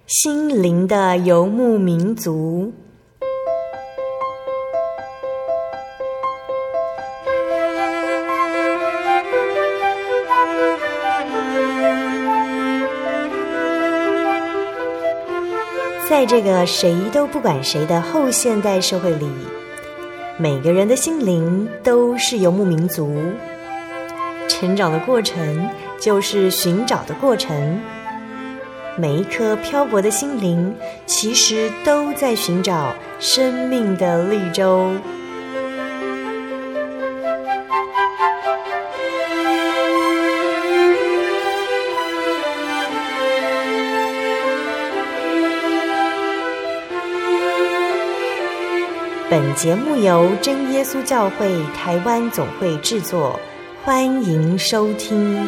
心灵的游牧民族。在这个谁都不管谁的后现代社会里，每个人的心灵都是游牧民族。成长的过程就是寻找的过程，每一颗漂泊的心灵其实都在寻找生命的绿洲。本节目由真耶稣教会台湾总会制作，欢迎收听。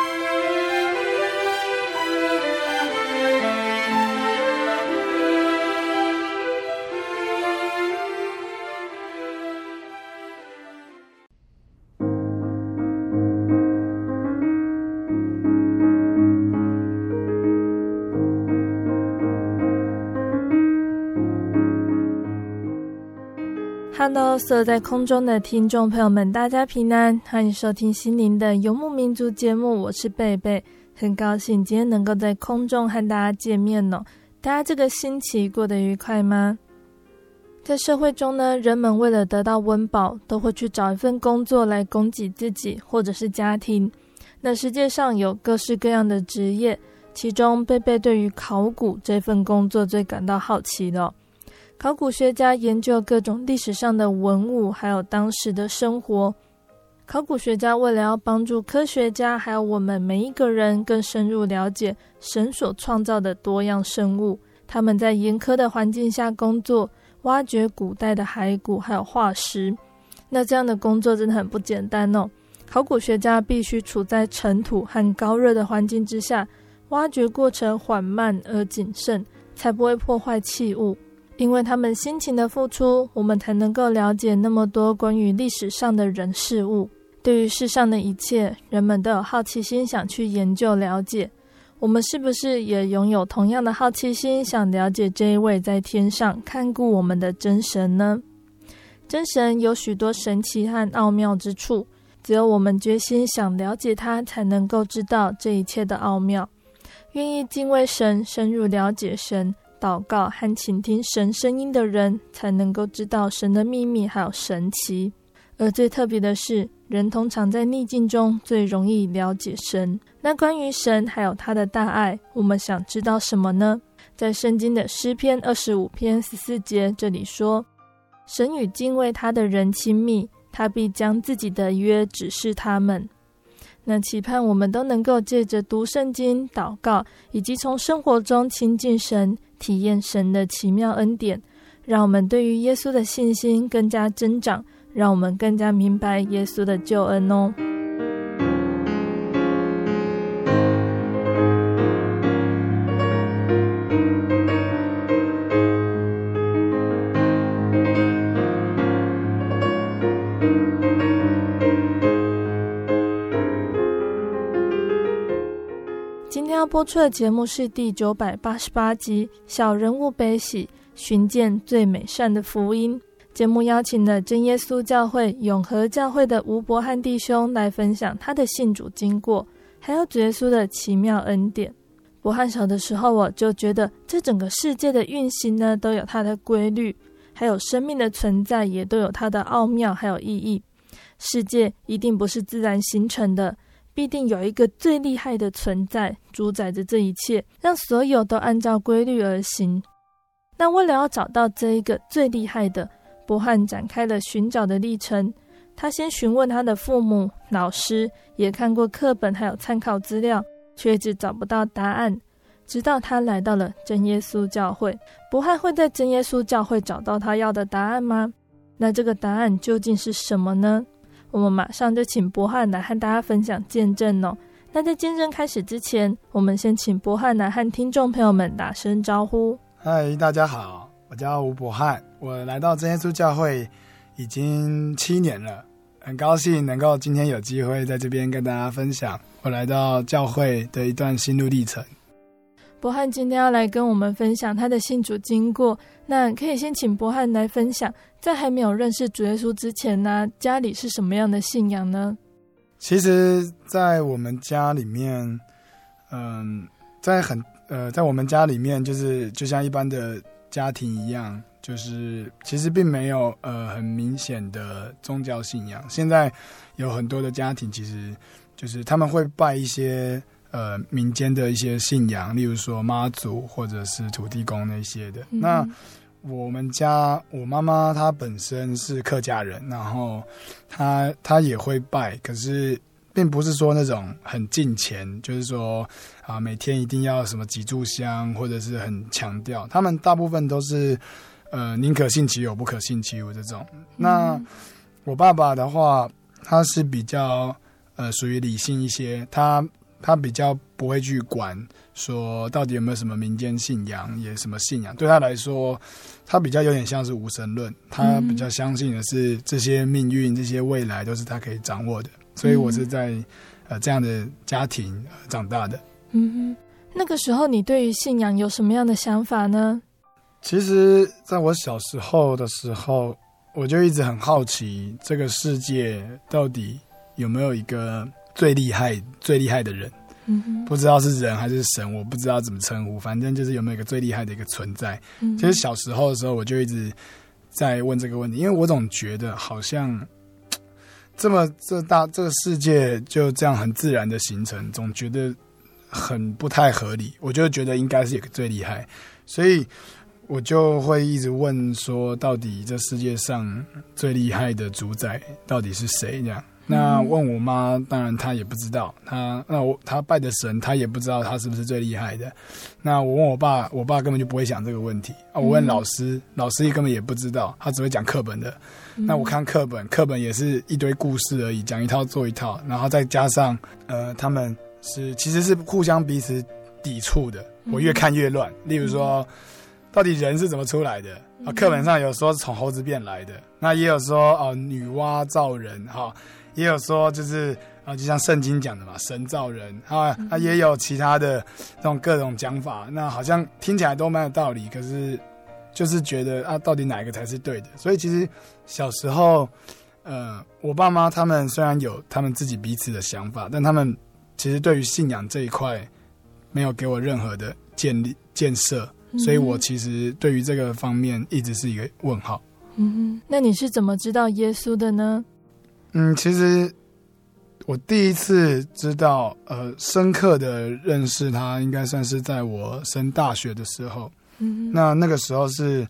Hello， 所有在空中的听众朋友们，大家平安，欢迎收听心灵的游牧民族节目，我是贝贝，很高兴今天能够在空中和大家见面哦。大家这个星期过得愉快吗？在社会中呢，人们为了得到温饱，都会去找一份工作来供给自己或者是家庭。那世界上有各式各样的职业，其中贝贝对于考古这份工作最感到好奇了。考古学家研究各种历史上的文物，还有当时的生活。考古学家为了要帮助科学家还有我们每一个人更深入了解神所创造的多样生物，他们在严苛的环境下工作，挖掘古代的骸骨还有化石。那这样的工作真的很不简单哦。考古学家必须处在尘土和高热的环境之下，挖掘过程缓慢而谨慎，才不会破坏器物。因为他们辛勤的付出，我们才能够了解那么多关于历史上的人事物。对于世上的一切，人们都有好奇心想去研究了解。我们是不是也拥有同样的好奇心，想了解这一位在天上看顾我们的真神呢？真神有许多神奇和奥妙之处，只有我们决心想了解他，才能够知道这一切的奥妙。愿意敬畏神，深入了解神，祷告和倾听神声音的人，才能够知道神的秘密还有神奇。而最特别的是，人通常在逆境中最容易了解神。那关于神还有他的大爱，我们想知道什么呢？在圣经的诗篇25篇14节这里说，神与敬畏他的人亲密，他必将自己的约指示他们。那期盼我们都能够借着读圣经、祷告，以及从生活中亲近神，体验神的奇妙恩典，让我们对于耶稣的信心更加增长，让我们更加明白耶稣的救恩哦。今天要播出的节目是第988集小人物悲喜，寻见最美善的福音。节目邀请了真耶稣教会永和教会的吴伯翰弟兄来分享他的信主经过，还有主耶稣的奇妙恩典。伯翰小的时候，我就觉得这整个世界的运行呢，都有它的规律，还有生命的存在也都有它的奥妙还有意义。世界一定不是自然形成的，必定有一个最厉害的存在主宰着这一切，让所有都按照规律而行。那为了要找到这一个最厉害的，伯翰展开了寻找的历程。他先询问他的父母、老师，也看过课本还有参考资料，却一直找不到答案。直到他来到了真耶稣教会。伯翰会在真耶稣教会找到他要的答案吗？那这个答案究竟是什么呢？我们马上就请伯翰来和大家分享见证哦。那在见证开始之前，我们先请伯翰来和听众朋友们打声招呼。 嗨，大家好，我叫吴伯翰，我来到真耶稣教会已经7年了，很高兴能够今天有机会在这边跟大家分享我来到教会的一段心路历程。 博翰今天要来跟我们分享他的信主经过，那可以先请博翰来分享，在还没有认识主耶稣之前呢，家里是什么样的信仰呢？ 其实在我们家里面在我们家里面就像一般的家庭一样，就是其实并没有很明显的宗教信仰。现在有很多的家庭其实就是他们会拜一些民间的一些信仰，例如说妈祖或者是土地公那些的。那我们家我妈妈她本身是客家人，然后她也会拜，可是并不是说那种很敬虔，就是说每天一定要什么几炷香，或者是很强调。他们大部分都是宁可信其有不可信其无这种。那我爸爸的话，他是比较属于理性一些，他比较不会去管说到底有没有什么民间信仰，也什么信仰。对他来说，他比较有点像是无神论，他比较相信的是这些命运、这些未来都是他可以掌握的。所以我是在这样的家庭长大的。 那个时候你对于信仰有什么样的想法呢？ 其实在我小时候的时候，我就一直很好奇这个世界到底有没有一个最厉害的人。不知道是人还是神，我不知道怎么称呼，反正就是有没有一个最厉害的一个存在。其实小时候的时候我就一直在问这个问题，因为我总觉得好像这个世界就这样很自然的形成，总觉得很不太合理。我就觉得应该是有个最厉害，所以我就会一直问说，到底这世界上最厉害的主宰到底是谁？这样。那问我妈，当然她也不知道，她拜的神，她也不知道她是不是最厉害的。那我问我爸，我爸根本就不会想这个问题我问老师，老师根本也不知道，他只会讲课本的。那我看课本也是一堆故事而已，讲一套做一套，然后再加上他们其实是互相彼此抵触的。我越看越乱。例如说，到底人是怎么出来的？课本上有说从猴子变来的，那也有说女娲造人也有说就是就像圣经讲的嘛，神造人也有其他的这种各种讲法，那好像听起来都蛮有道理，可是就是觉得到底哪一个才是对的？所以其实小时候我爸妈他们虽然有他们自己彼此的想法，但他们其实对于信仰这一块没有给我任何的建设，所以我其实对于这个方面一直是一个问号。 那你是怎么知道耶稣的呢？ 其实我第一次知道深刻的认识他，应该算是在我升大学的时候。那个时候是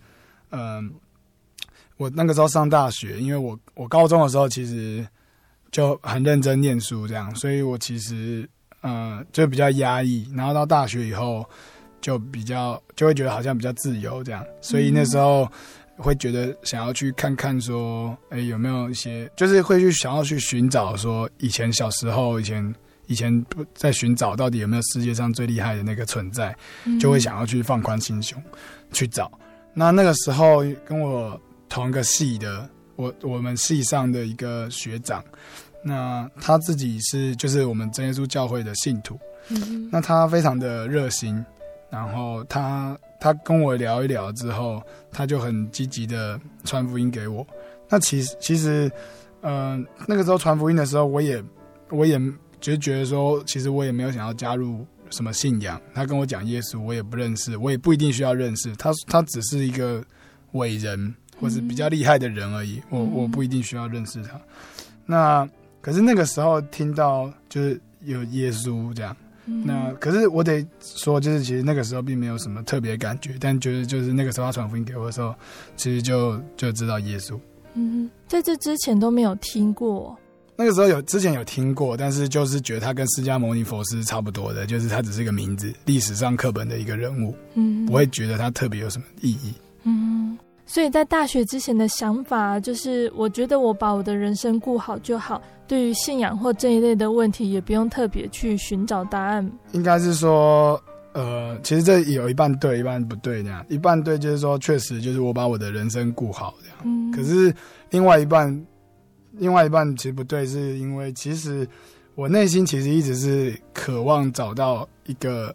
我那个时候上大学，因为我高中的时候其实就很认真念书这样，所以我其实就比较压抑，然后到大学以后就会觉得好像比较自由这样，所以那时候会觉得想要去看看说有没有一些，就是会想要去寻找说以前小时候以前在寻找到底有没有世界上最厉害的那个存在，就会想要去放宽心胸去找。那个时候跟我同一个系的我们系上的一个学长，那他自己就是我们真耶稣教会的信徒。那他非常的热心，然后他跟我聊一聊之后，他就很积极的传福音给我。那其实那个时候传福音的时候，我也就觉得说，其实我也没有想要加入什么信仰。他跟我讲耶稣，我也不认识，我也不一定需要认识他只是一个伟人或是比较厉害的人而已，我不一定需要认识他。那可是那个时候听到就是有耶稣这样，那可是我得说，就是其实那个时候并没有什么特别感觉，但觉得就是那个时候他传福音给我的时候，其实就知道耶稣。 在这之前都没有听过。 那个时候之前有听过，但是就是觉得他跟释迦牟尼佛是差不多的，就是他只是一个名字，历史上课本的一个人物，不会觉得他特别有什么意义。 所以在大学之前的想法就是，我觉得我把我的人生顾好就好，对于信仰或这一类的问题也不用特别去寻找答案。应该是说其实这有一半对一半不对这样，一半对就是说确实就是我把我的人生顾好这样，可是另外一半其实不对，是因为其实我内心其实一直是渴望找到一个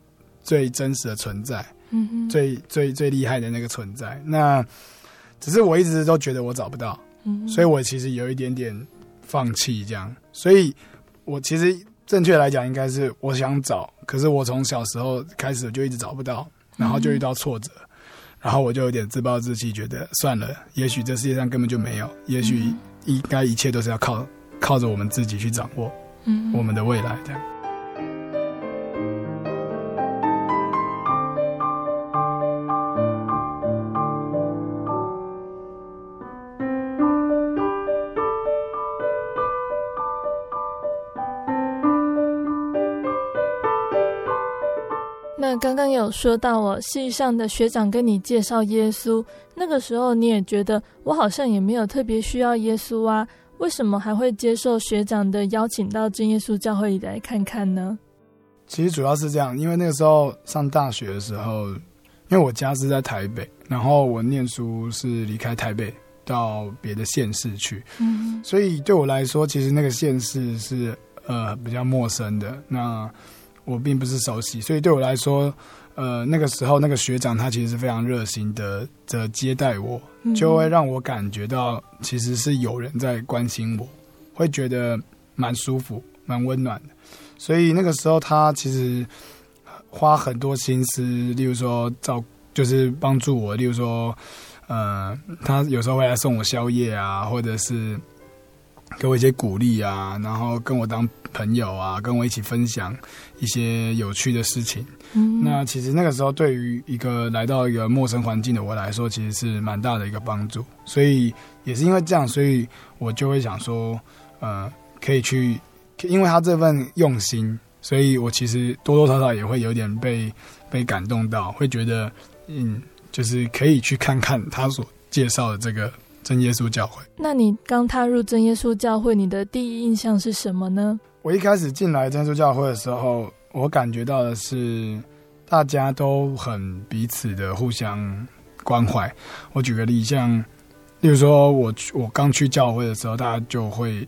最真实的存在，最厉害的那个存在。那只是我一直都觉得我找不到，所以我其实有一点点放弃这样。所以我其实正确来讲应该是我想找，可是我从小时候开始就一直找不到，然后就遇到挫折，然后我就有点自暴自弃，觉得算了，也许这世界上根本就没有，也许应该一切都是要靠着我们自己去掌握我们的未来这样。 那刚刚有说到系上的学长跟你介绍耶稣，那个时候你也觉得我好像也没有特别需要耶稣啊，为什么还会接受学长的邀请到真耶稣教会里来看看呢？ 其实主要是这样，因为那个时候上大学的时候，因为我家是在台北，然后我念书是离开台北到别的县市去，所以对我来说其实那个县市是比较陌生的，那我并不是熟悉，所以对我来说那个时候那个学长他其实是非常热心的接待我，就会让我感觉到其实是有人在关心我，会觉得蛮舒服蛮温暖的。所以那个时候他其实花很多心思，例如说就是帮助我，例如说他有时候会来送我宵夜啊，或者是给我一些鼓励啊，然后跟我当朋友啊，跟我一起分享一些有趣的事情。那其实那个时候对于一个来到一个陌生环境的我来说，其实是蛮大的一个帮助。所以也是因为这样，所以我就会想说可以去，因为他这份用心，所以我其实多多少少也会有点被感动到，会觉得就是可以去看看他所介绍的这个真耶稣教会。 那你刚踏入真耶稣教会，你的第一印象是什么呢？ 我一开始进来真耶稣教会的时候，我感觉到的是大家都很彼此的互相关怀。我举个例，例如说我刚去教会的时候，大家就会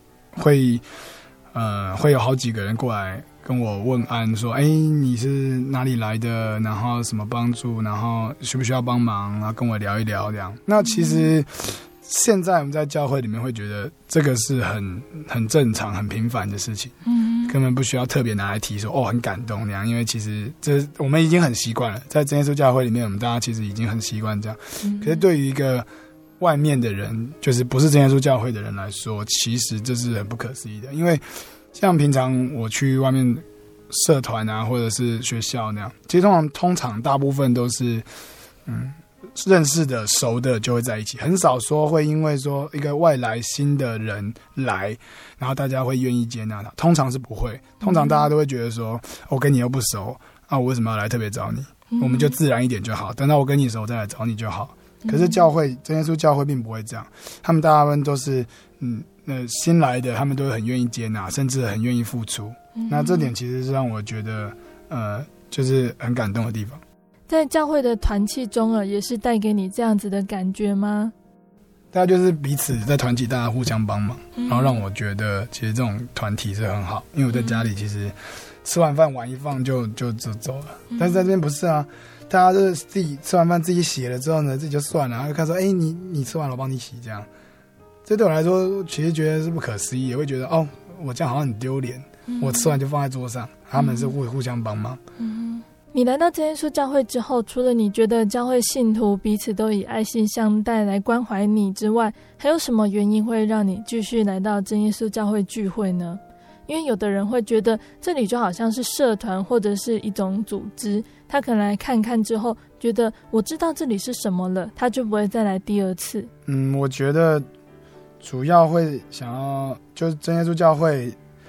有好几个人过来跟我问安，说你是哪里来的，然后什么帮助，然后需不需要帮忙，然后跟我聊一聊这样。那其实现在我们在教会里面会觉得这个是很正常很平凡的事情，根本不需要特别拿来提说很感动那样，因为其实我们已经很习惯了，在真耶稣教会里面我们大家其实已经很习惯这样。可是对于一个外面的人，就是不是真耶稣教会的人来说，其实这是很不可思议的。因为像平常我去外面社团啊，或者是学校那样，其实通常大部分都是认识的熟的就会在一起，很少说会因为说一个外来新的人来，然后大家会愿意接纳他，通常是不会。通常大家都会觉得说我跟你又不熟啊，我为什么要来特别找你，我们就自然一点就好，等到我跟你熟再来找你就好。可是真耶稣教会并不会这样，他们大部分都是新来的，他们都会很愿意接纳，甚至很愿意付出。那这点其实是让我觉得就是很感动的地方。 在教会的团契中也是带给你这样子的感觉吗？ 大家就是彼此在团体，大家互相帮忙，然后让我觉得其实这种团体是很好。因为我在家里其实吃完饭碗一放就走了，但是在这边不是啊，大家就是自己吃完饭自己洗了之后呢，自己就算了，然后就看说你吃完了我帮你洗这样。这对我来说其实觉得是不可思议，也会觉得我这样好像很丢脸，我吃完就放在桌上，他们是互相帮忙。 你来到真耶稣教会之后，除了你觉得教会信徒彼此都以爱心相待来关怀你之外，还有什么原因会让你继续来到真耶稣教会聚会呢？因为有的人会觉得这里就好像是社团或者是一种组织，他可能来看看之后觉得我知道这里是什么了，他就不会再来第二次。 我觉得主要会想要就是真耶稣教会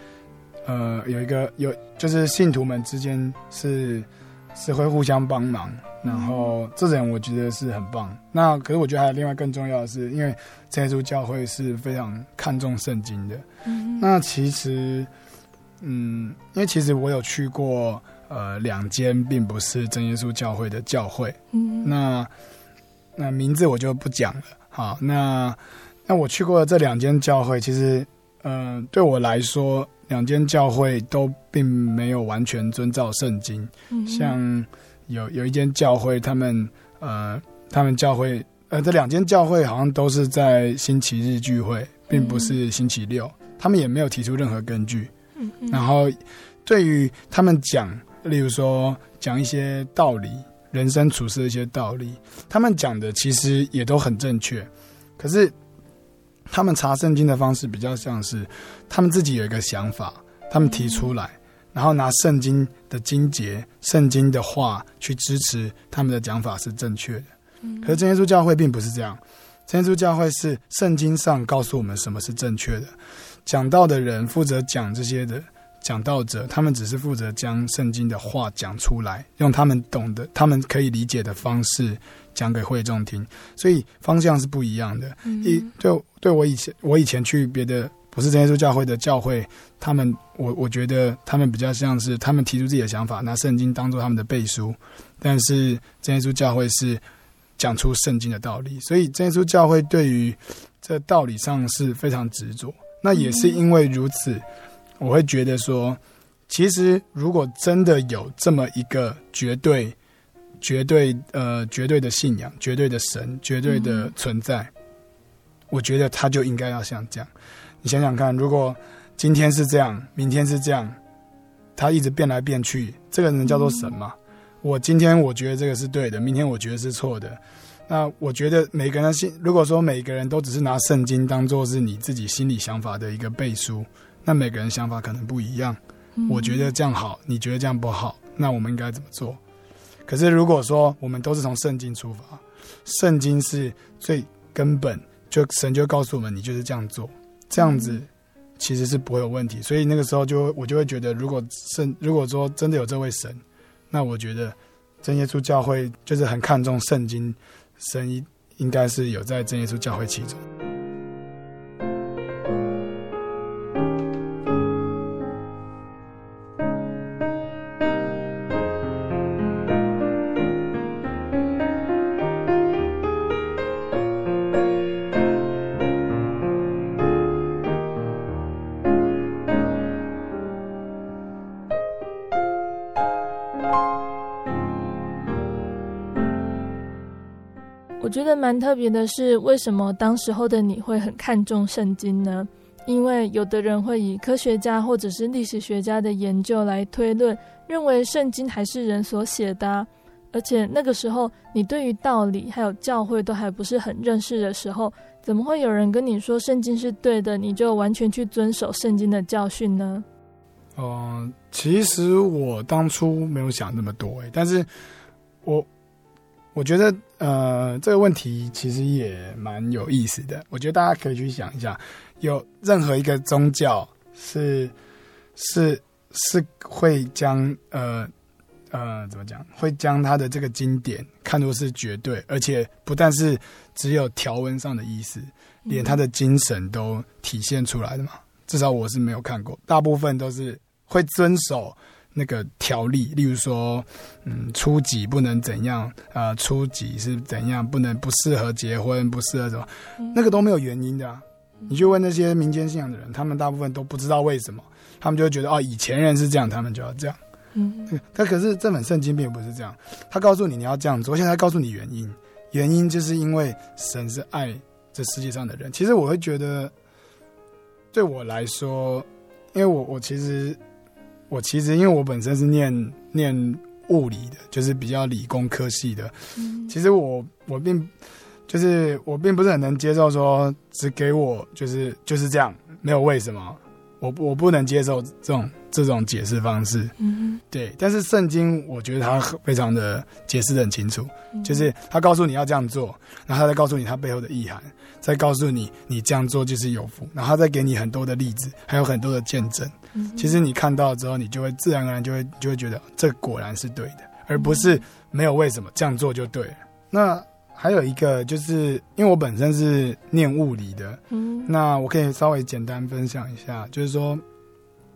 就是信徒们之间是会互相帮忙，然后这点我觉得是很棒。那可是我觉得还有另外更重要的是，因为真耶稣教会是非常看重圣经的。那其实因为其实我有去过2间并不是真耶稣教会的教会，那名字我就不讲了。好，那我去过的这2间教会，其实对我来说，两间教会都并没有完全遵照圣经。像有一间教会，他们教会这两间教会好像都是在星期日聚会，并不是星期六，他们也没有提出任何根据。然后对于他们讲，例如说讲一些道理，人生处事的一些道理，他们讲的其实也都很正确，可是他们查圣经的方式比较像是他们自己有一个想法，他们提出来，然后拿圣经的经节、圣经的话去支持他们的讲法是正确的。可是真耶稣教会并不是这样，真耶稣教会是圣经上告诉我们什么是正确的，讲道的人负责讲这些的讲道者，他们只是负责将圣经的话讲出来，用他们懂的、他们可以理解的方式讲给会众听，所以方向是不一样的。对我以前去别的不是真耶稣教会的教会，我觉得他们比较像是他们提出自己的想法，拿圣经当作他们的背书，但是真耶稣教会是讲出圣经的道理，所以真耶稣教会对于这道理上是非常执着。那也是因为如此，我会觉得说，其实如果真的有这么一个绝对的信仰、绝对的神、绝对的存在，我觉得他就应该要像这样。你想想看，如果今天是这样，明天是这样，他一直变来变去，这个能叫做神吗？今天我觉得这个是对的，明天我觉得是错的。那我觉得每个人如果说每个人都只是拿圣经当作是你自己心里想法的一个背书，那每个人想法可能不一样。我觉得这样好，你觉得这样不好，那我们应该怎么做？可是如果说我们都是从圣经出发，圣经是最根本，神就告诉我们你就是这样做，这样子其实是不会有问题。所以那个时候我就会觉得，如果说真的有这位神，那我觉得真耶稣教会就是很看重圣经，神应该是有在真耶稣教会其中。 我觉得蛮特别的是，为什么当时候的你会很看重圣经呢？因为有的人会以科学家或者是历史学家的研究来推论，认为圣经还是人所写的啊。而且那个时候你对于道理还有教会都还不是很认识的时候，怎么会有人跟你说圣经是对的，你就完全去遵守圣经的教训呢？ 其实我当初没有想那么多，但是我觉得这个问题其实也蛮有意思的。我觉得大家可以去想一下，有任何一个宗教是会将怎么讲，会将他的这个经典看作是绝对，而且不但是只有条文上的意思，连他的精神都体现出来的嘛？至少我是没有看过，大部分都是会遵守那个条例，例如说，初几不能怎样，初几是怎样，不适合结婚，不适合什么，那个都没有原因的啊。你去问那些民间信仰的人，他们大部分都不知道为什么，他们就会觉得以前人是这样，他们就要这样。但可是这本圣经并不是这样，他告诉你要这样做，现在告诉你原因，原因就是因为神是爱这世界上的人。其实我会觉得，对我来说，因为我其实因为我本身是念物理的，就是比较理工科系的。其实我并不是很能接受说只给我就是这样，没有为什么，我不能接受这种解释方式。对。但是圣经我觉得它非常的解释得很清楚，就是他告诉你要这样做，然后他再告诉你他背后的意涵，再告诉你这样做就是有福，然后他再给你很多的例子，还有很多的见证。其实你看到之后，你就会自然而然就会觉得这果然是对的，而不是没有为什么，这样做就对了。那还有一个就是因为我本身是念物理的，那我可以稍微简单分享一下，就是说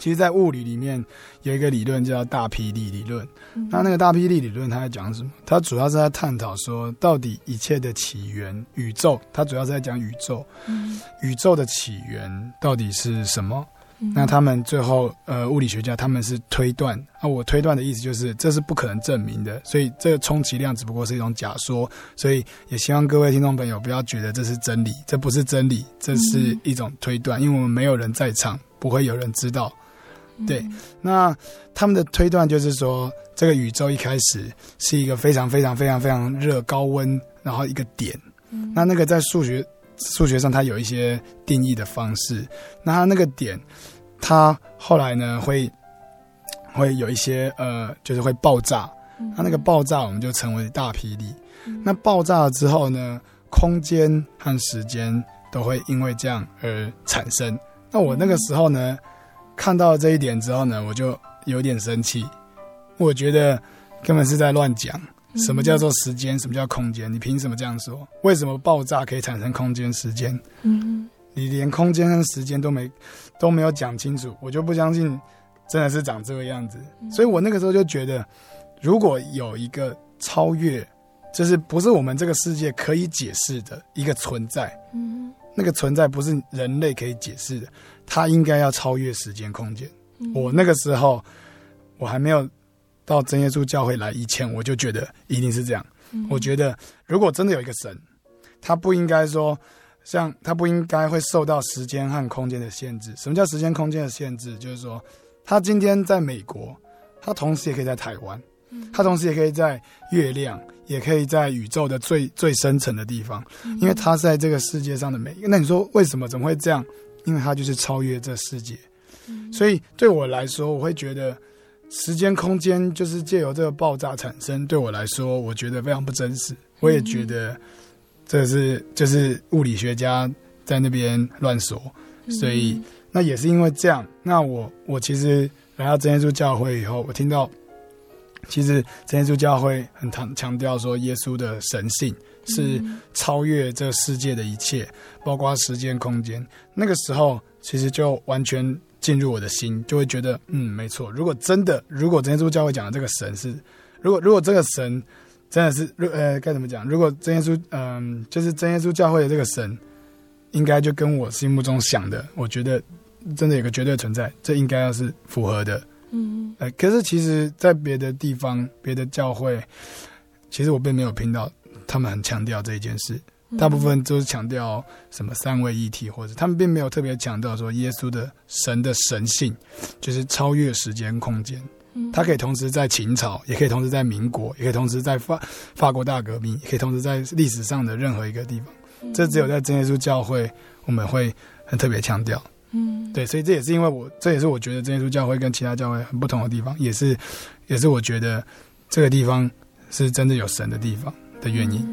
其实在物理里面有一个理论叫大霹雳理论，那个大霹雳理论它在讲什么？它主要是在探讨说到底一切的起源，宇宙，它主要是在讲宇宙，宇宙的起源到底是什么？那他们最后物理学家他们是推断，我推断的意思就是这是不可能证明的，所以这个充其量只不过是一种假说，所以也希望各位听众朋友不要觉得这是真理，这不是真理，这是一种推断，因为我们没有人在场，不会有人知道。对，那他们的推断就是说这个宇宙一开始是一个非常非常非常非常热高温，然后一个点，那个在数学上它有一些定义的方式，那它那个点它后来呢会有一些就是会爆炸，那个爆炸我们就称为大霹雳，那爆炸了之后呢，空间和时间都会因为这样而产生。那我那个时候呢看到这一点之后呢，我就有点生气，我觉得根本是在乱讲，什么叫做时间，什么叫空间，你凭什么这样说？为什么爆炸可以产生空间时间？你连空间和时间都没有讲清楚，我就不相信真的是长这个样子。所以我那个时候就觉得，如果有一个超越，就是不是我们这个世界可以解释的一个存在，那个存在不是人类可以解释的，它应该要超越时间空间。我那个时候我还没有到真耶稣教会来以前，我就觉得一定是这样。我觉得如果真的有一个神，他不应该说他不应该会受到时间和空间的限制。什么叫时间空间的限制？就是说他今天在美国，他同时也可以在台湾，他同时也可以在月亮，也可以在宇宙的最深层的地方，因为他是在这个世界上的每一个。那你说为什么？怎么会这样？因为他就是超越这世界。所以对我来说，我会觉得时间空间就是借由这个爆炸产生，对我来说我觉得非常不真实。我也觉得这是就是物理学家在那边乱说，所以那也是因为这样。那我其实来到真耶稣教会以后，我听到其实真耶稣教会很强调说耶稣的神性是超越这世界的一切，包括时间空间。那个时候其实就完全进入我的心，就会觉得没错。如果真耶稣教会讲的这个神是，如果这个神真的是该怎么讲？如果真耶稣就是真耶稣教会的这个神，应该就跟我心目中想的，我觉得真的有个绝对存在，这应该要是符合的。可是其实在别的地方别的教会，其实我并没有听到他们很强调这一件事，大部分都是强调什么三位一体，或者他们并没有特别强调说耶稣的神的神性就是超越时间空间，他可以同时在秦朝，也可以同时在民国，也可以同时在法国大革命，也可以同时在历史上的任何一个地方，这只有在真耶稣教会我们会很特别强调。对，所以这也是因为这也是我觉得真耶稣教会跟其他教会很不同的地方，也是我觉得这个地方是真的有神的地方的原因。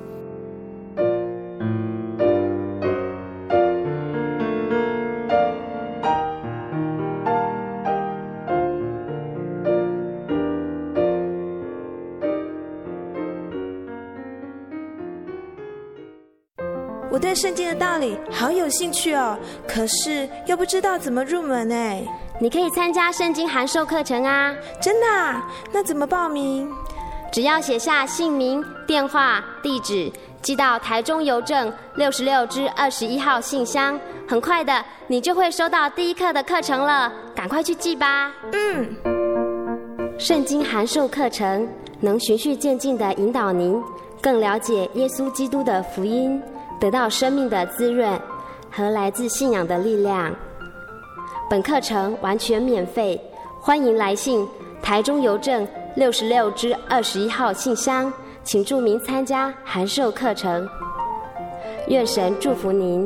我对圣经的道理好有兴趣哦，可是又不知道怎么入门哎。 你可以参加圣经函授课程啊。 真的啊？那怎么报名？ 只要写下姓名、电话、地址，寄到台中邮政66支21号信箱，很快的你就会收到第一课的课程了，赶快去寄吧。圣经函授课程能循序渐进地引导您更了解耶稣基督的福音，得到生命的滋润和来自信仰的力量。本课程完全免费，欢迎来信台中邮政66支21号信箱，请注明参加函授课程。愿神祝福您。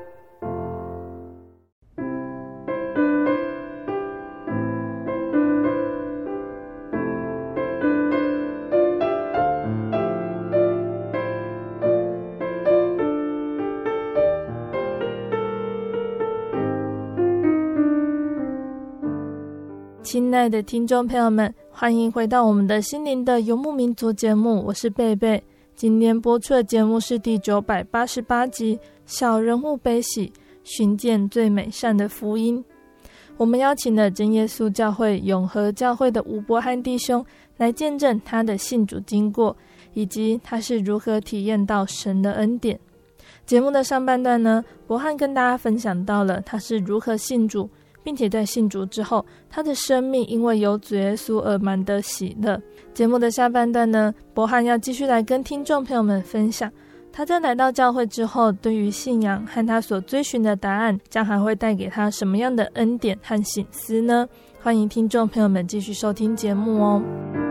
亲爱的听众朋友们，欢迎回到我们的心灵的游牧民族节目，我是贝贝。今天播出的节目是第988集《小人物悲喜，寻见最美善的福音》。 我们邀请了真耶稣教会永和教会的吴伯翰弟兄来见证他的信主经过，以及他是如何体验到神的恩典。节目的上半段呢，伯翰跟大家分享到了他是如何信主，并且在信主之后，他的生命因为有主耶稣而满得喜乐。节目的下半段呢，伯翰要继续来跟听众朋友们分享他在来到教会之后，对于信仰和他所追寻的答案，将还会带给他什么样的恩典和省思呢？欢迎听众朋友们继续收听节目哦。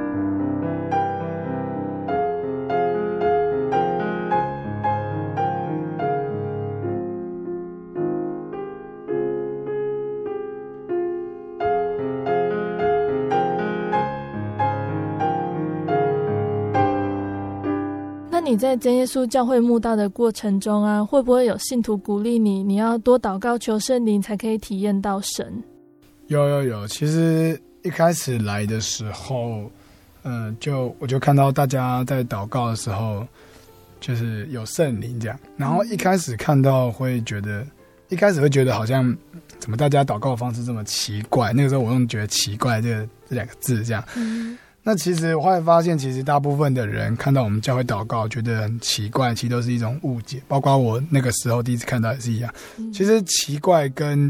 你在真耶稣教会慕道的过程中啊，会不会有信徒鼓励你，你要多祷告求圣灵才可以体验到神？ 有，其实一开始来的时候，我就看到大家在祷告的时候，就是有圣灵这样，然后一开始看到会觉得好像怎么大家祷告的方式这么奇怪，那个时候我用觉得奇怪这两个字这样。那其实我后来发现，其实大部分的人看到我们教会祷告觉得很奇怪，其实都是一种误解，包括我那个时候第一次看到也是一样。其实奇怪跟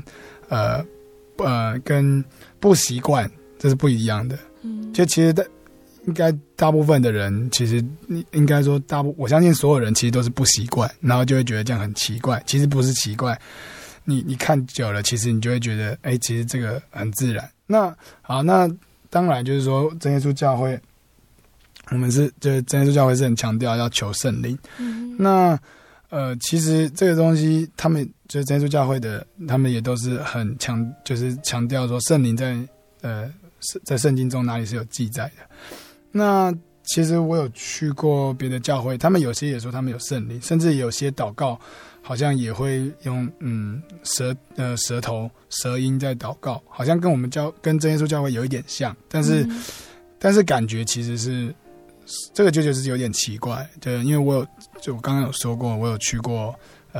不习惯这是不一样的。就其实应该大部分的人，其实应该说我相信所有人其实都是不习惯，然后就会觉得这样很奇怪。其实不是奇怪，你看久了，其实你就会觉得，其实这个很自然。那好，那当然就是说，真耶稣教会，就是真耶稣教会是很强调要求圣灵。那其实这个东西，他们就是真耶稣教会的，他们也都是很就是强调说圣灵在圣经中哪里是有记载的。那其实我有去过别的教会，他们有些也说他们有圣灵，甚至有些祷告好像也会用舌头舌音在祷告，好像跟真耶稣教会有一点像，但是感觉其实是这个就是有点奇怪。对，因为我刚刚有说过，我有去过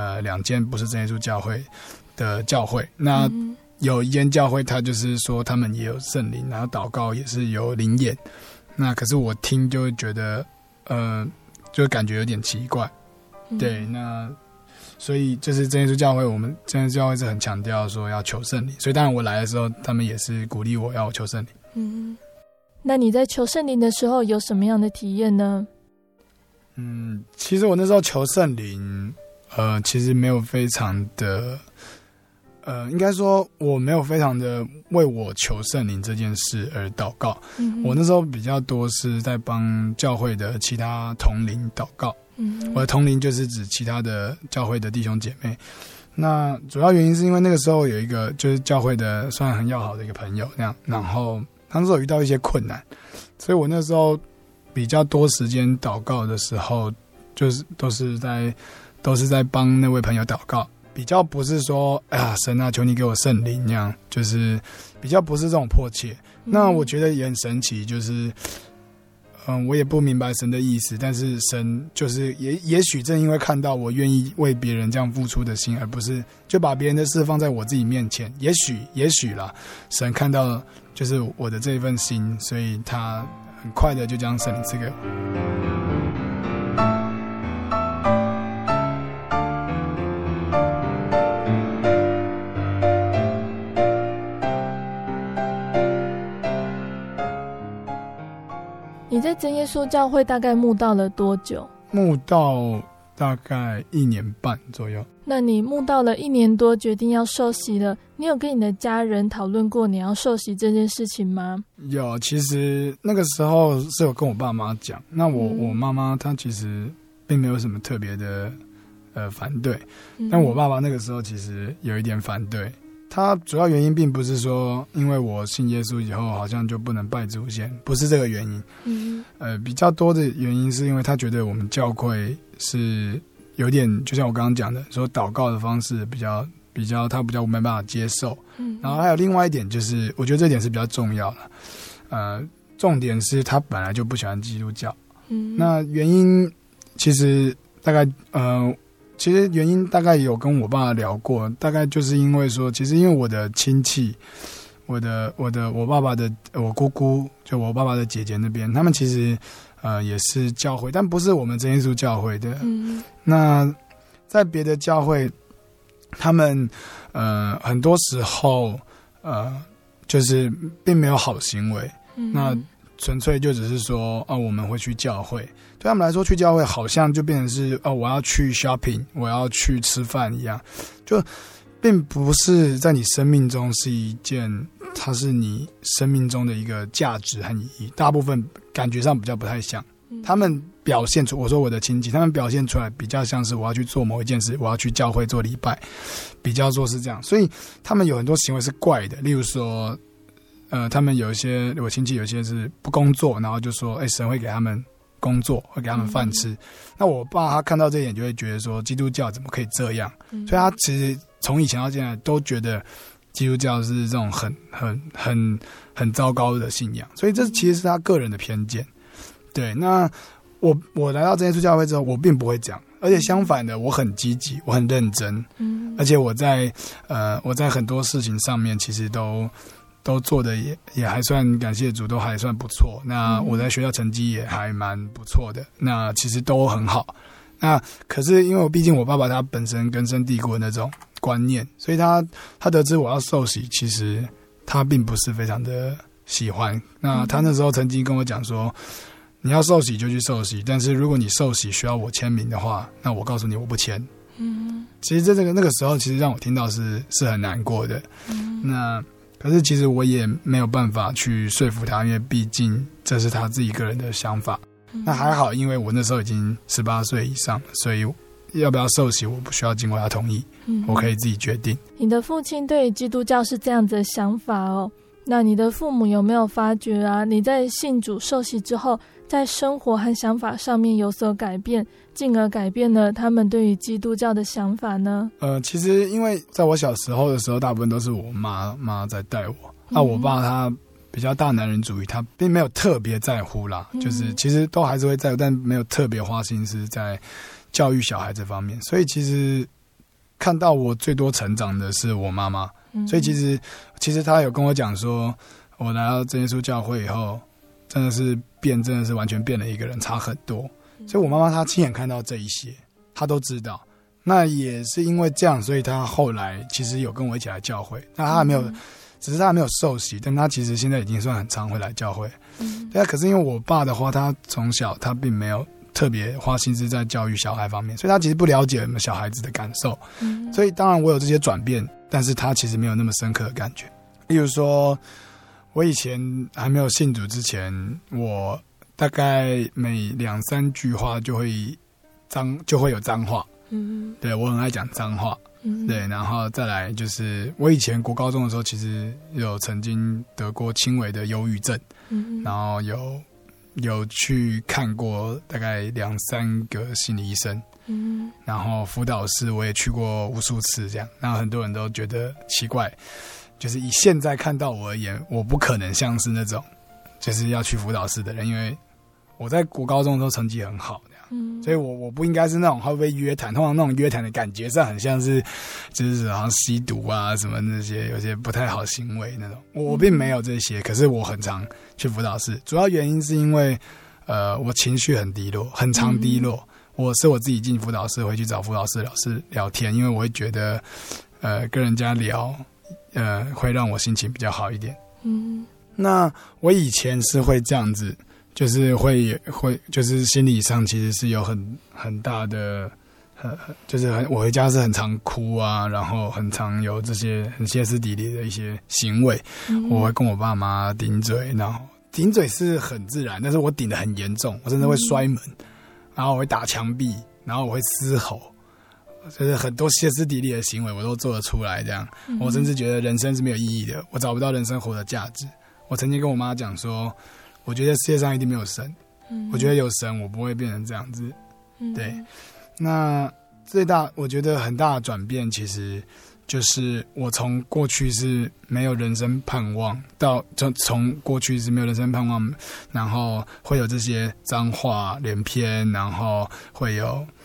2间不是真耶稣教会的教会，那有一间教会他就是说他们也有圣灵，然后祷告也是有灵验，那可是我听就会觉得就感觉有点奇怪。对，那所以就是真耶稣教会，我们真耶稣教会是很强调说要求圣灵，所以当然我来的时候，他们也是鼓励我要求圣灵。 那你在求圣灵的时候有什么样的体验呢？ 其实我那时候求圣灵，其实没有非常的，应该说我没有非常的为我求圣灵这件事而祷告。我那时候比较多是在帮教会的其他同灵祷告。我的同灵就是指其他的教会的弟兄姐妹。那主要原因是因为那个时候有一个就是教会的算很要好的一个朋友那样，然后他那时候有遇到一些困难，所以我那时候比较多时间祷告的时候，就是都是在帮那位朋友祷告，比较不是说神啊求你给我圣灵那样，就是比较不是这种迫切。那我觉得也很神奇，就是我也不明白神的意思，但是神就是也许正因为看到我愿意为别人这样付出的心，而不是就把别人的事放在我自己面前，也许啦，神看到就是我的这一份心，所以他很快的就将圣灵赐给我。 你在真耶稣教会大概慕道了多久？ 慕道大概1年半左右。 那你慕道了1年多，决定要受洗了，你有跟你的家人讨论过你要受洗这件事情吗？ 有，其实那个时候是有跟我爸妈讲，那我妈妈她其实并没有什么特别的反对，但我爸爸那个时候其实有一点反对。他主要原因并不是说因为我信耶稣以后好像就不能拜祖先，不是这个原因。比较多的原因是因为他觉得我们教会是有点就像我刚刚讲的，说祷告的方式他比较没办法接受。然后还有另外一点就是，我觉得这点是比较重要的。重点是他本来就不喜欢基督教。那原因其实大概其实原因大概有跟我爸聊过，大概就是因为说，其实因为我的亲戚，我爸爸的我姑姑，就我爸爸的姐姐那边，他们其实也是教会，但不是我们真耶稣教会的。那在别的教会，他们很多时候就是并没有好行为，那纯粹就只是说我们会去教会，对他们来说去教会好像就变成是我要去 shopping， 我要去吃饭一样，就并不是在你生命中是一件，它是你生命中的一个价值和意义，大部分感觉上比较不太像。他们表现出，我说我的亲戚，他们表现出来比较像是我要去做某一件事，我要去教会做礼拜，比较说是这样，所以他们有很多行为是怪的，例如说他们有一些，我亲戚有一些是不工作，然后就说神会给他们工作，会给他们饭吃。那我爸他看到这一点就会觉得说，基督教怎么可以这样？所以他其实从以前到现在都觉得基督教是这种很糟糕的信仰，所以这其实是他个人的偏见。对，那我来到真耶稣教会之后，我并不会这样，而且相反的，我很积极，我很认真，而且我在很多事情上面其实都做的也还算，感谢主，都还算不错。那我在学校成绩也还蛮不错的，那其实都很好。那可是因为毕竟我爸爸他本身根深蒂固的那种观念，所以他得知我要受洗，其实他并不是非常的喜欢。那他那时候曾经跟我讲说，你要受洗就去受洗，但是如果你受洗需要我签名的话，那我告诉你我不签。其实那个时候其实让我听到是很难过的。那可是其实我也没有办法去说服他，因为毕竟这是他自己个人的想法。那还好，因为我那时候已经18岁以上，所以要不要受洗我不需要经过他同意，我可以自己决定。 你的父亲对基督教是这样子的想法哦，那你的父母有没有发觉啊，你在信主受洗之后，在生活和想法上面有所改变，进而改变了他们对于基督教的想法呢？其实因为在我小时候的时候，大部分都是我妈在带我，那我爸他比较大男人主义，他并没有特别在乎啦，就是其实都还是会在乎，但没有特别花心思在教育小孩这方面。所以其实看到我最多成长的是我妈妈，所以其实他有跟我讲说，我来到真耶稣教会以后，真的是完全变了一个人，差很多。所以我妈妈她亲眼看到这一些，她都知道。那也是因为这样，所以她后来其实有跟我一起来教会。那她还没有，只是她还没有受洗，但她其实现在已经算很常会来教会。对啊，可是因为我爸的话，他从小他并没有特别花心思在教育小孩方面，所以他其实不了解我们小孩子的感受。所以当然我有这些转变，但是他其实没有那么深刻的感觉。例如说，我以前还没有信主之前，我大概每2-3句话就会有脏话。对，我很爱讲脏话。对，然后再来就是我以前国高中的时候，其实有曾经得过轻微的忧郁症，然后有去看过大概2-3个心理医生，然后辅导室我也去过无数次这样。然后很多人都觉得奇怪，就是以现在看到我而言，我不可能像是那种就是要去辅导室的人，因为我在国高中的时候成绩很好，所以我不应该是那种会不会约谈，通常那种约谈的感觉上很像是就是好像吸毒啊什么那些有些不太好行为那种。我并没有这些，可是我很常去辅导室，主要原因是因为我情绪很低落，很常低落。我自己进辅导室会去找辅导室老师聊天，因为我会觉得跟人家聊会让我心情比较好一点。那我以前是会这样子，就是会就是心理上其实是有很大的就是我回家是很常哭啊，然后很常有这些很歇斯底里的一些行为。我会跟我爸妈顶嘴，然后顶嘴是很自然，但是我顶得很严重，我甚至会摔门，然后我会打墙壁，然后我会嘶吼，就是很多歇斯底里的行为我都做得出来这样。我甚至觉得人生是没有意义的，我找不到人生活的价值。我曾经跟我妈讲说，我觉得世界上一定没有神，我觉得有神我不会变成这样子。对，那我觉得很大的转变其实就是我从过去是没有人生盼望到从过去是没有人生盼望，然后会有这些脏话连篇，然后会有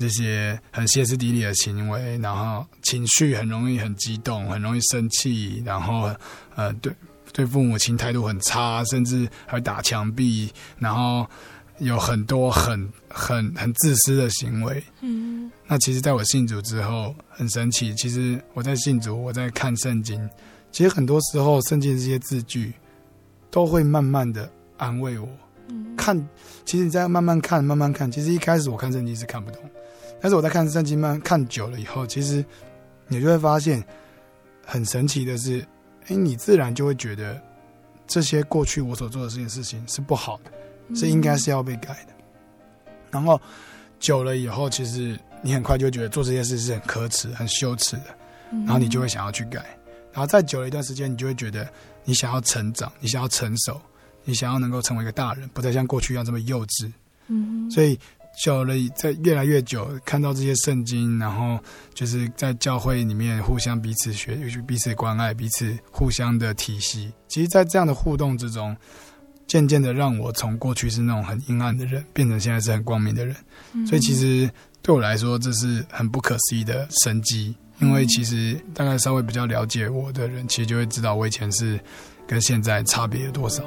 这些很歇斯底里的行为，然后情绪很容易很激动，很容易生气，然后对父母亲态度很差，甚至还会打墙壁，然后有很多很自私的行为。那其实在我信主之后很神奇，其实我在信主，我在看圣经，其实很多时候圣经这些字句都会慢慢的安慰我。其实你在慢慢看，其实一开始我看圣经是看不懂，但是我在看圣经看久了以后，其实你就会发现很神奇的是，你自然就会觉得这些过去我所做的这件事情是不好的，是应该是要被改的。然后久了以后，其实你很快就会觉得做这件事是很可耻很羞耻的，然后你就会想要去改。然后再久了一段时间，你就会觉得你想要成长，你想要成熟，你想要能够成为一个大人，不再像过去一样这么幼稚。所以久了，在越来越久看到这些圣经，然后就是在教会里面互相彼此学，彼此关爱，彼此互相的体系。其实在这样的互动之中，渐渐的让我从过去是那种很阴暗的人，变成现在是很光明的人。所以其实对我来说，这是很不可思议的神迹。因为其实大概稍微比较了解我的人，其实就会知道我以前是跟现在差别有多少。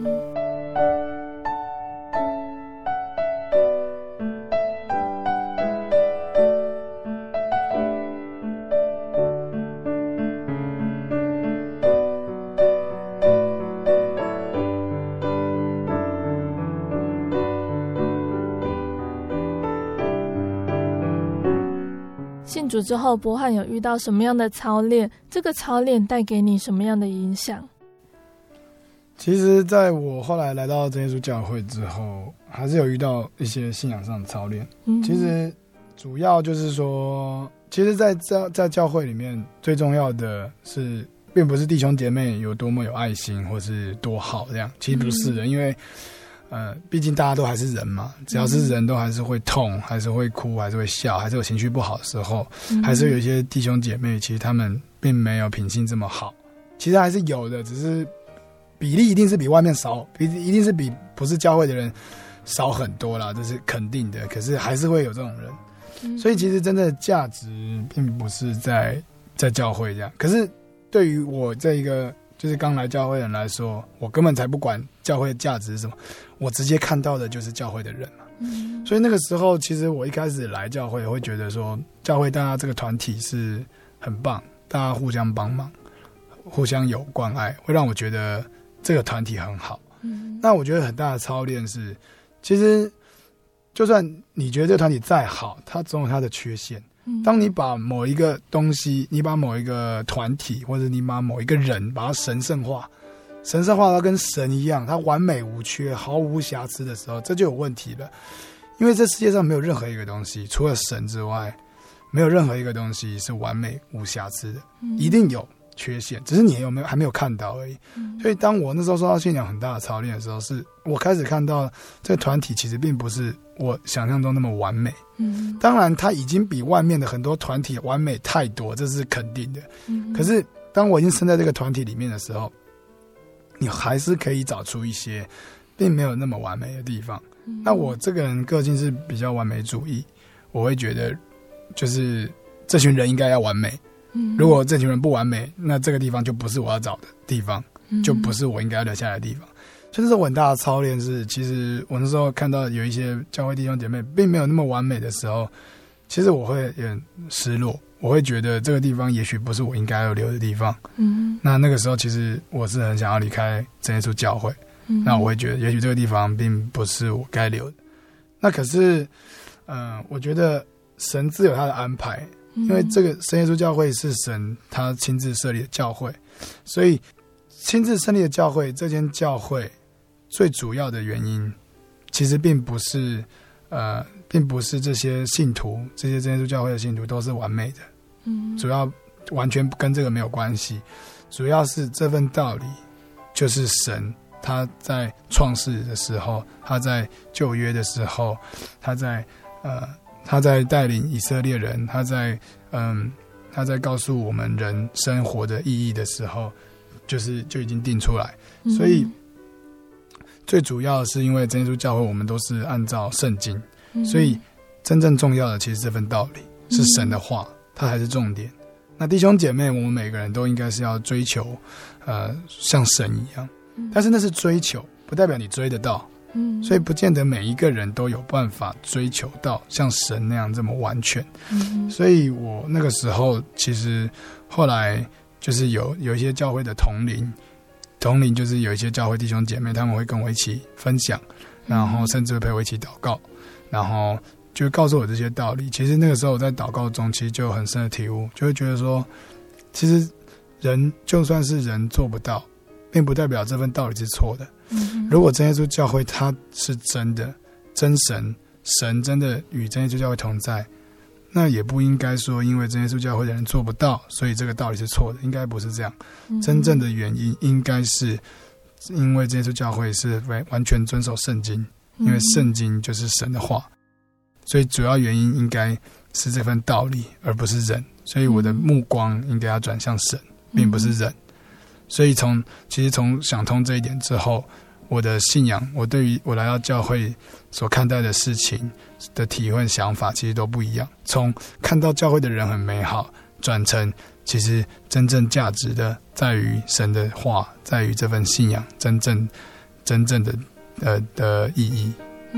信主之后，柏翰有遇到什么样的操练？这个操练带给你什么样的影响？ 其实在我后来来到真耶稣教会之后，还是有遇到一些信仰上的操练。其实主要就是说，其实在教会里面最重要的是，并不是弟兄姐妹有多么有爱心或是多好这样，其实不是的。因为毕竟大家都还是人嘛，只要是人都还是会痛，还是会哭，还是会笑，还是有情绪不好的时候，还是有一些弟兄姐妹其实他们并没有品性这么好，其实还是有的，只是比例一定是比外面少，一定是比不是教会的人少很多啦，这是肯定的。可是还是会有这种人，所以其实真正的价值并不是在教会这样。可是对于我这一个就是刚来教会的人来说，我根本才不管教会的价值是什么，我直接看到的就是教会的人嘛。所以那个时候，其实我一开始来教会，会觉得说，教会大家这个团体是很棒，大家互相帮忙，互相有关爱，会让我觉得这个团体很好。那我觉得很大的操练是，其实就算你觉得这个团体再好，它总有它的缺陷。当你把某一个东西，你把某一个团体，或者你把某一个人把它神圣化到跟神一样，它完美无缺，毫无瑕疵的时候，这就有问题了。因为这世界上没有任何一个东西，除了神之外，没有任何一个东西是完美无瑕疵的，一定有缺陷，只是你还没有看到而已。所以当我那时候受到信仰很大的操练的时候，是我开始看到这个团体其实并不是我想象中那么完美。当然它已经比外面的很多团体完美太多，这是肯定的。可是当我已经身在这个团体里面的时候，你还是可以找出一些并没有那么完美的地方。那我这个人个性是比较完美主义，我会觉得就是这群人应该要完美，如果这群人不完美，那这个地方就不是我要找的地方，就不是我应该要留下来的地方。所以这是我很大的操练，是其实我那时候看到有一些教会弟兄姐妹并没有那么完美的时候，其实我会有点失落，我会觉得这个地方也许不是我应该要留的地方。那个时候其实我是很想要离开真耶稣教会，那我会觉得也许这个地方并不是我该留的。那可是我觉得神自有他的安排，因为这个真耶稣教会是神他亲自设立的教会，所以亲自设立的教会，这间教会最主要的原因其实并不是这些信徒，这些真耶稣教会的信徒都是完美的，主要完全跟这个没有关系，主要是这份道理就是神他在创世的时候，他在旧约的时候，他在带领以色列人，他在告诉我们人生活的意义的时候，就已经定出来。所以最主要是因为真耶稣教会我们都是按照圣经，所以真正重要的其实这份道理是神的话，它才是重点。那弟兄姐妹，我们每个人都应该是要追求像神一样，但是那是追求，不代表你追得到，所以不见得每一个人都有办法追求到像神那样这么完全。所以我那个时候其实后来就是有一些教会的同龄就是有一些教会弟兄姐妹，他们会跟我一起分享，然后甚至会陪我一起祷告，然后就告诉我这些道理。其实那个时候我在祷告中其实就有很深的体悟，就会觉得说其实人就算是人做不到，并不代表这份道理是错的。如果真耶稣教会它是真的真神，神真的与真耶稣教会同在，那也不应该说因为真耶稣教会的人做不到，所以这个道理是错的，应该不是这样。真正的原因应该是因为真耶稣教会是完全遵守圣经，因为圣经就是神的话，所以主要原因应该是这份道理，而不是人。所以我的目光应该要转向神，并不是人。所以其实从想通这一点之后，我的信仰，我对于我来到教会所看待的事情的体会想法其实都不一样。从看到教会的人很美好，转成其实真正价值的在于神的话，在于这份信仰真正的意义。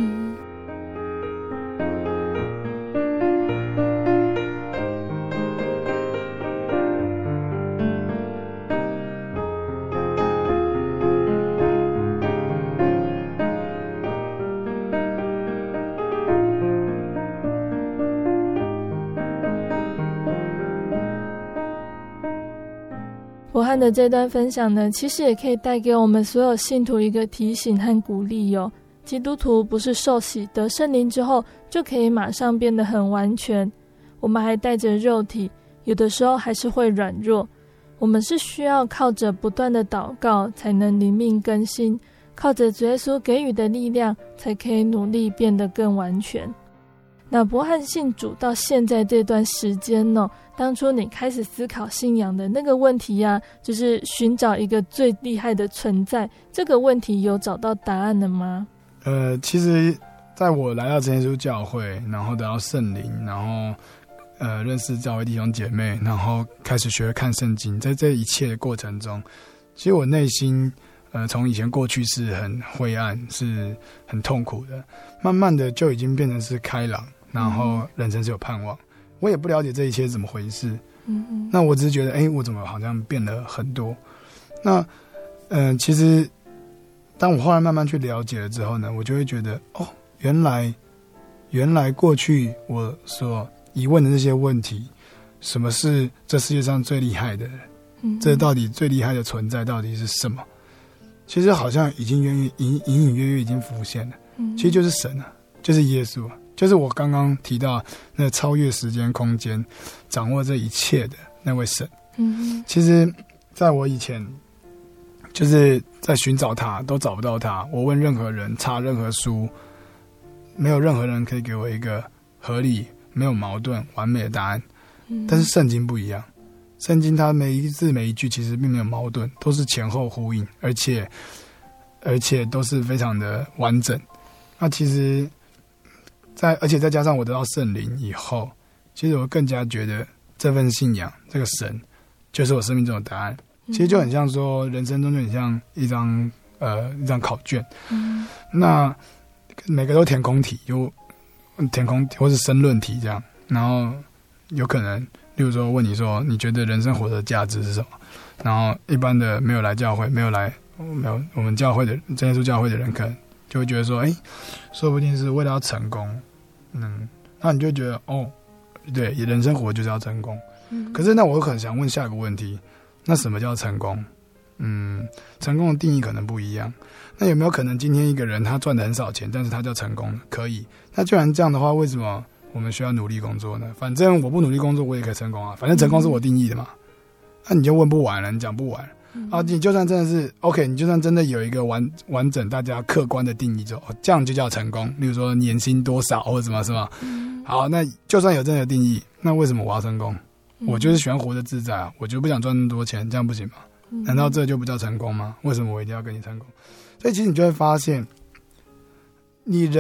博翰的这段分享呢，其实也可以带给我们所有信徒一个提醒和鼓励哦。基督徒不是受洗得圣灵之后就可以马上变得很完全，我们还带着肉体，有的时候还是会软弱。我们是需要靠着不断的祷告才能灵命更新，靠着主耶稣给予的力量才可以努力变得更完全。那博翰信主到现在这段时间呢，当初你开始思考信仰的那个问题啊，就是寻找一个最厉害的存在，这个问题有找到答案了吗？ 其实在我来到真耶稣教会，然后得到圣灵，然后认识教会弟兄姐妹，然后开始学看圣经，在这一切的过程中，其实我内心从以前过去是很灰暗，是很痛苦的，慢慢的就已经变成是开朗，然后人生是有盼望。我也不了解这一切是怎么回事，那我只是觉得我怎么好像变了很多。那其实当我后来慢慢去了解了之后呢，我就会觉得原来过去我所疑问的这些问题，什么是这世界上最厉害的人，这到底最厉害的存在到底是什么，其实好像已经隐隐约约已经浮现了。其实就是神啊，就是耶稣啊，就是我刚刚提到那个超越时间空间掌握这一切的那位神。其实在我以前就是在寻找他都找不到他，我问任何人，查任何书，没有任何人可以给我一个合理没有矛盾完美的答案。但是圣经不一样，圣经它每一字每一句其实并没有矛盾，都是前后呼应，而且都是非常的完整。那其实而且再加上我得到圣灵以后，其实我更加觉得这份信仰，这个神就是我生命中的答案。其实就很像说人生中就很像一张考卷，那每个都填空题，就填空或是申论题这样，然后有可能例如说问你说你觉得人生活的价值是什么，然后一般的没有来教会没有我们教会的真耶稣教会的人可能就会觉得说说不定是为了要成功，那你就觉得对，人生活就是要成功。可是那我可能想问下一个问题，那什么叫成功？成功的定义可能不一样。那有没有可能今天一个人他赚的很少钱，但是他叫成功？可以。那既然这样的话，为什么我们需要努力工作呢？反正我不努力工作我也可以成功啊，反正成功是我定义的嘛。那你就问不完了，你讲不完你就算真的是 OK， 你就算真的有一个完整大家客观的定义这样就叫成功。例如说年薪多少或者什么是吗？好，那就算有真的定义，那为什么我要成功？我就是喜欢活得自在啊，我就不想赚那么多钱，这样不行吗？难道这就不叫成功吗？为什么我一定要跟你成功？所以其实你就会发现，你人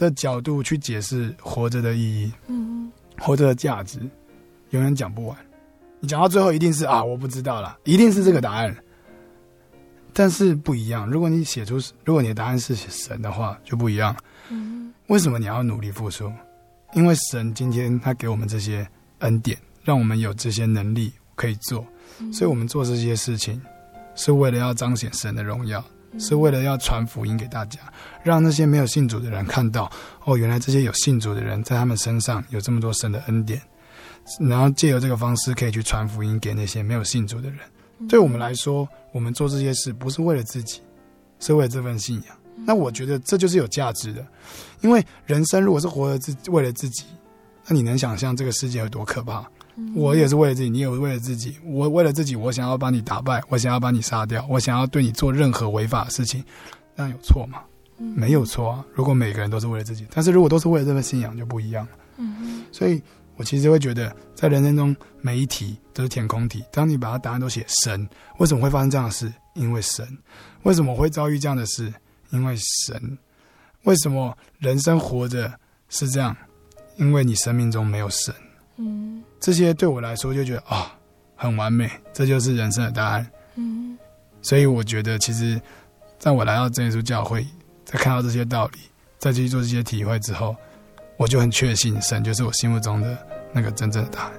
的角度去解释活着的意义，活着的价值，永远讲不完。你讲到最后一定是我不知道啦，一定是这个答案。但是不一样，如果你的答案是神的话，就不一样。为什么你要努力付出？因为神今天他给我们这些恩典，让我们有这些能力可以做，所以我们做这些事情是为了要彰显神的荣耀，是为了要传福音给大家，让那些没有信主的人看到，原来这些有信主的人在他们身上有这么多神的恩典，然后借由这个方式可以去传福音给那些没有信主的人。对我们来说，我们做这些事不是为了自己，是为了这份信仰。那我觉得这就是有价值的，因为人生如果是为了自己，那你能想象这个世界有多可怕？我也是为了自己，你也为了自己。我为了自己，我想要把你打败，我想要把你杀掉，我想要对你做任何违法的事情，那有错吗？没有错啊。如果每个人都是为了自己，但是如果都是为了这份信仰，就不一样了。所以我其实会觉得，在人生中每一题都是填空题。当你把它答案都写神，为什么会发生这样的事？因为神。为什么会遭遇这样的事？因为神。为什么人生活着是这样？因为你生命中没有神。这些对我来说就觉得很完美，这就是人生的答案。所以我觉得其实在我来到真耶稣教会，在看到这些道理，再去做这些体会之后，我就很确信神就是我心目中的那个真正的答案。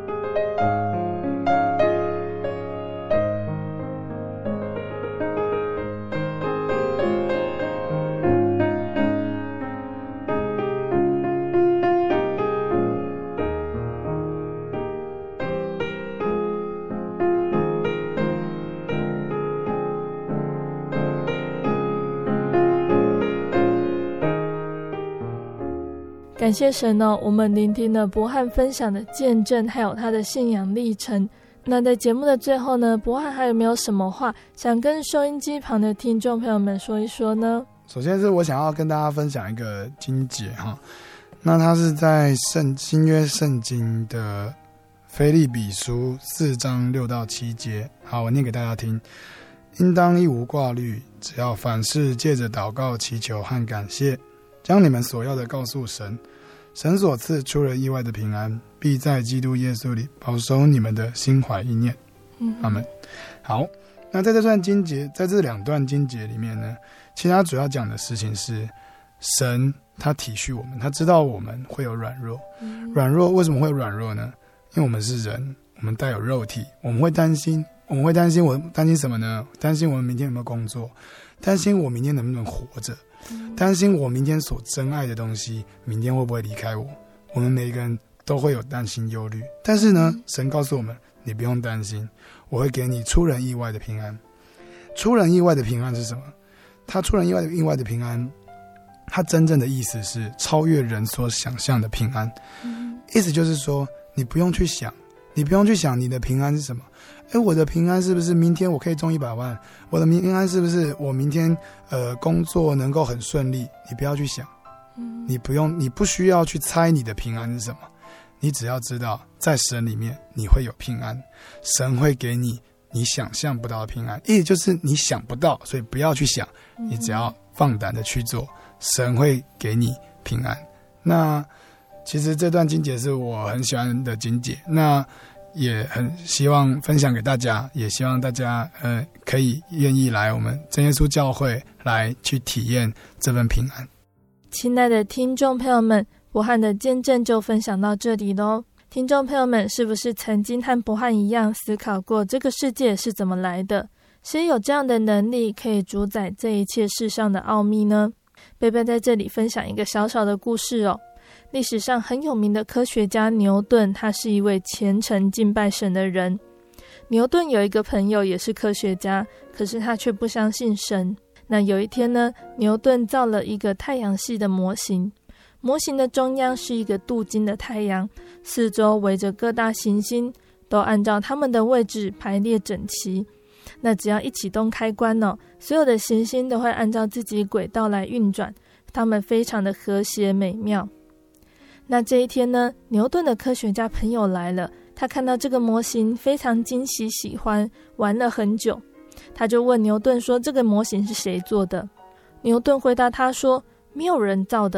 感谢神哦，我们聆听了伯翰分享的见证，还有他的信仰历程。那在节目的最后呢，伯翰还有没有什么话想跟收音机旁的听众朋友们说一说呢？ 首先是我想要跟大家分享一个经节哈，那它是在新约圣经的腓立比书4章6到7节。好，我念给大家听。应当一无挂虑，只要凡事借着祷告、祈求和感谢，将你们所要的告诉神，神所赐出人意外的平安，必在基督耶稣里保守你们的心怀意念。阿们。好，那在这两段经节里面呢，其实他主要讲的事情是神他体恤我们，他知道我们会有软弱。软弱为什么会有软弱呢？因为我们是人，我们带有肉体，我们会担心什么呢？担心我们明天有没有工作，担心我明天能不能活着，担心我明天所珍爱的东西明天会不会离开我。我们每一个人都会有担心忧虑，但是呢，神告诉我们，你不用担心，我会给你出人意外的平安。出人意外的平安是什么？他出人意外的平安，他真正的意思是超越人所想象的平安。意思就是说，你不用去想你的平安是什么。我的平安是不是明天我可以中100万？我的平安是不是我明天工作能够很顺利？你不要去想，你不需要去猜你的平安是什么。你只要知道，在神里面你会有平安，神会给你想象不到的平安。意思就是你想不到，所以不要去想，你只要放胆的去做，神会给你平安。那其实这段经节是我很喜欢的经节，那也很希望分享给大家，也希望大家可以愿意来我们真耶稣教会来去体验这份平安。 亲爱的听众朋友们，伯翰的见证就分享到这里咯。听众朋友们是不是曾经和伯翰一样思考过这个世界是怎么来的？谁有这样的能力可以主宰这一切世上的奥秘呢？贝贝在这里分享一个小小的故事哦。历史上很有名的科学家牛顿，他是一位虔诚敬拜神的人。牛顿有一个朋友也是科学家，可是他却不相信神。那有一天呢，牛顿造了一个太阳系的模型，模型的中央是一个镀金的太阳，四周围着各大行星，都按照它们的位置排列整齐。那只要一启动开关所有的行星都会按照自己轨道来运转，它们非常的和谐美妙。那这一天呢，牛顿的科学家朋友来了，他看到这个模型非常惊喜喜欢，玩了很久。他就问牛顿说，这个模型是谁做的？牛顿回答他说，没有人造的，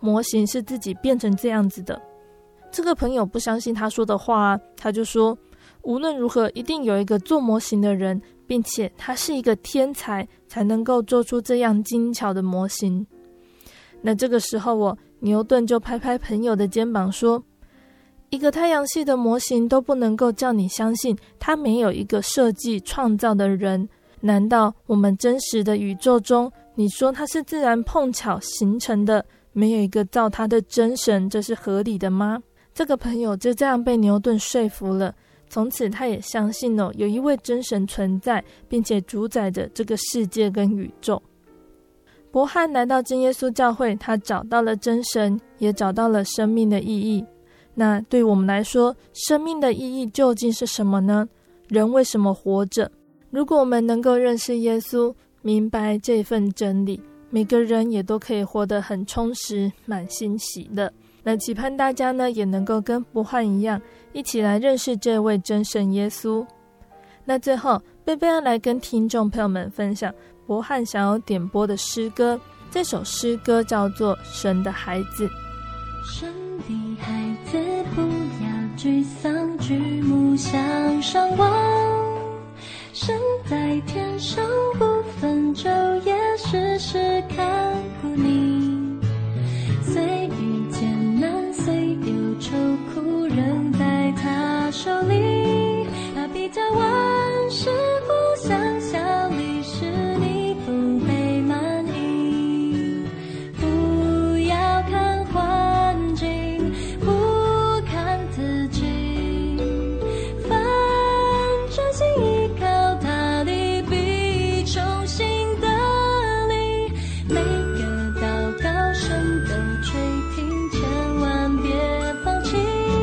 模型是自己变成这样子的。这个朋友不相信他说的话他就说无论如何一定有一个做模型的人，并且他是一个天才，才能够做出这样精巧的模型。那这个时候牛顿就拍拍朋友的肩膀说，一个太阳系的模型都不能够叫你相信它没有一个设计创造的人，难道我们真实的宇宙中，你说它是自然碰巧形成的，没有一个造它的真神，这是合理的吗？这个朋友就这样被牛顿说服了，从此他也相信有一位真神存在，并且主宰着这个世界跟宇宙。伯翰来到真耶稣教会，他找到了真神，也找到了生命的意义。那对我们来说，生命的意义究竟是什么呢？人为什么活着？如果我们能够认识耶稣，明白这份真理，每个人也都可以活得很充实，满心喜乐。那期盼大家呢，也能够跟伯翰一样，一起来认识这位真神耶稣。那最后，贝贝要来跟听众朋友们分享伯翰想要点播的诗歌，这首诗歌叫做《神的孩子》。 神的孩子，不要沮丧，举目向上望，神在天上不分昼夜，时时看顾你。虽遇艰难，虽有愁苦，仍在他手里。他比较万事互相效力，使你不被满意。不要看环境，不看自己，凡专心依靠他的，必重新得力。每个祷告声都垂听，千万别放弃。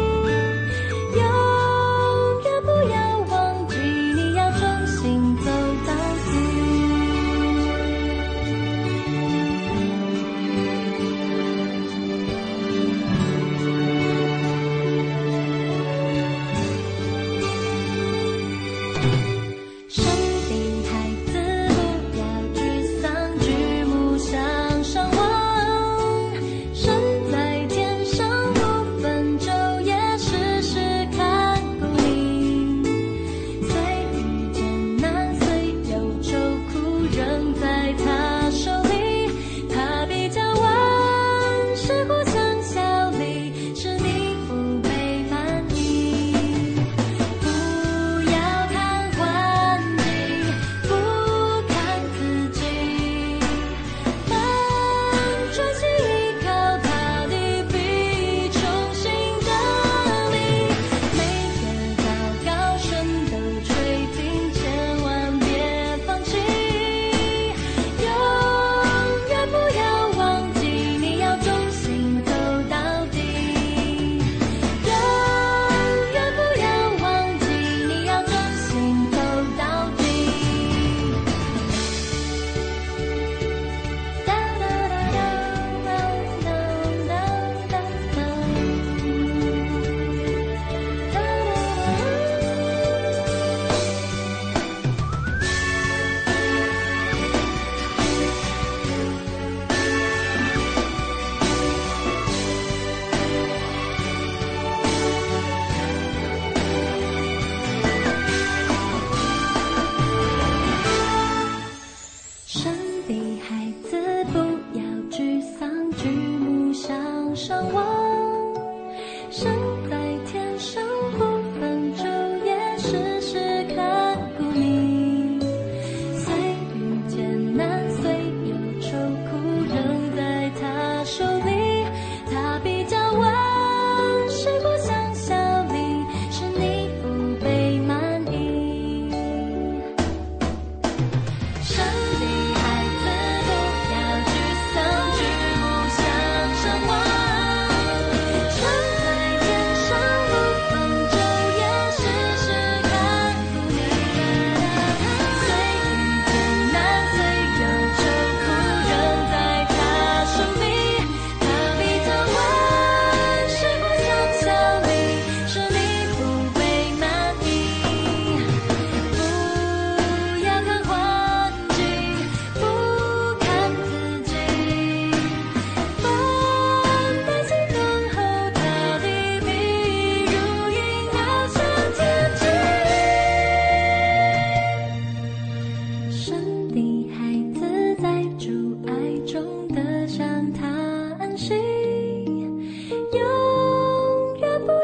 永远不要忘记，你要忠心走到底。神的孩子，不要沮丧，举目向上望，神在天上不分昼夜，时时看顾你。虽遇艰难，虽有愁苦，仍在他手里。他比较万事互相效力，使你不被满意。不要看环境，不看自己，凡专心依靠他的，必重新得力。每个祷告声都垂听，千万别放弃。永远不要忘记，你要忠心走到底。永远不要忘记，你要忠心走到底。哒哒哒哒哒哒哒哒哒。神的孩子，不要沮丧，举目向上望，神在天上不分昼夜，时时看顾你。虽遇艰难，虽有愁苦，仍在他手里。他比较万事互相效力，使你不被满意。神的孩子，不要沮丧，举目向上望，神在天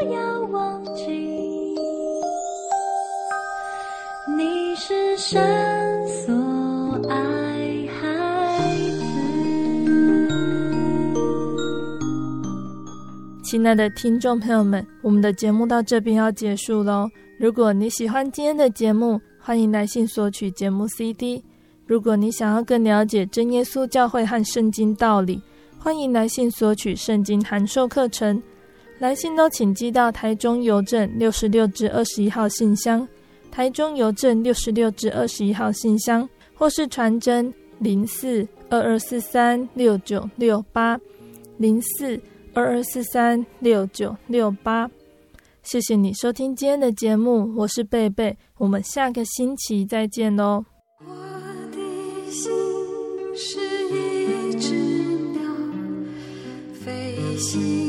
要忘记，你是神所爱孩子。 亲爱的听众朋友们，我们的节目到这边要结束咯。如果你喜欢今天的节目，欢迎来信索取节目 CD。 如果你想要更了解真耶稣教会和圣经道理，欢迎来信索取圣经函授课程。来信都请寄到台中邮政66至21号信箱，台中邮政66至21号信箱，或是传真04-2243-6968 04-2243-6968。谢谢你收听今天的节目，我是贝贝，我们下个星期再见咯。 我的心是一只鸟，飞行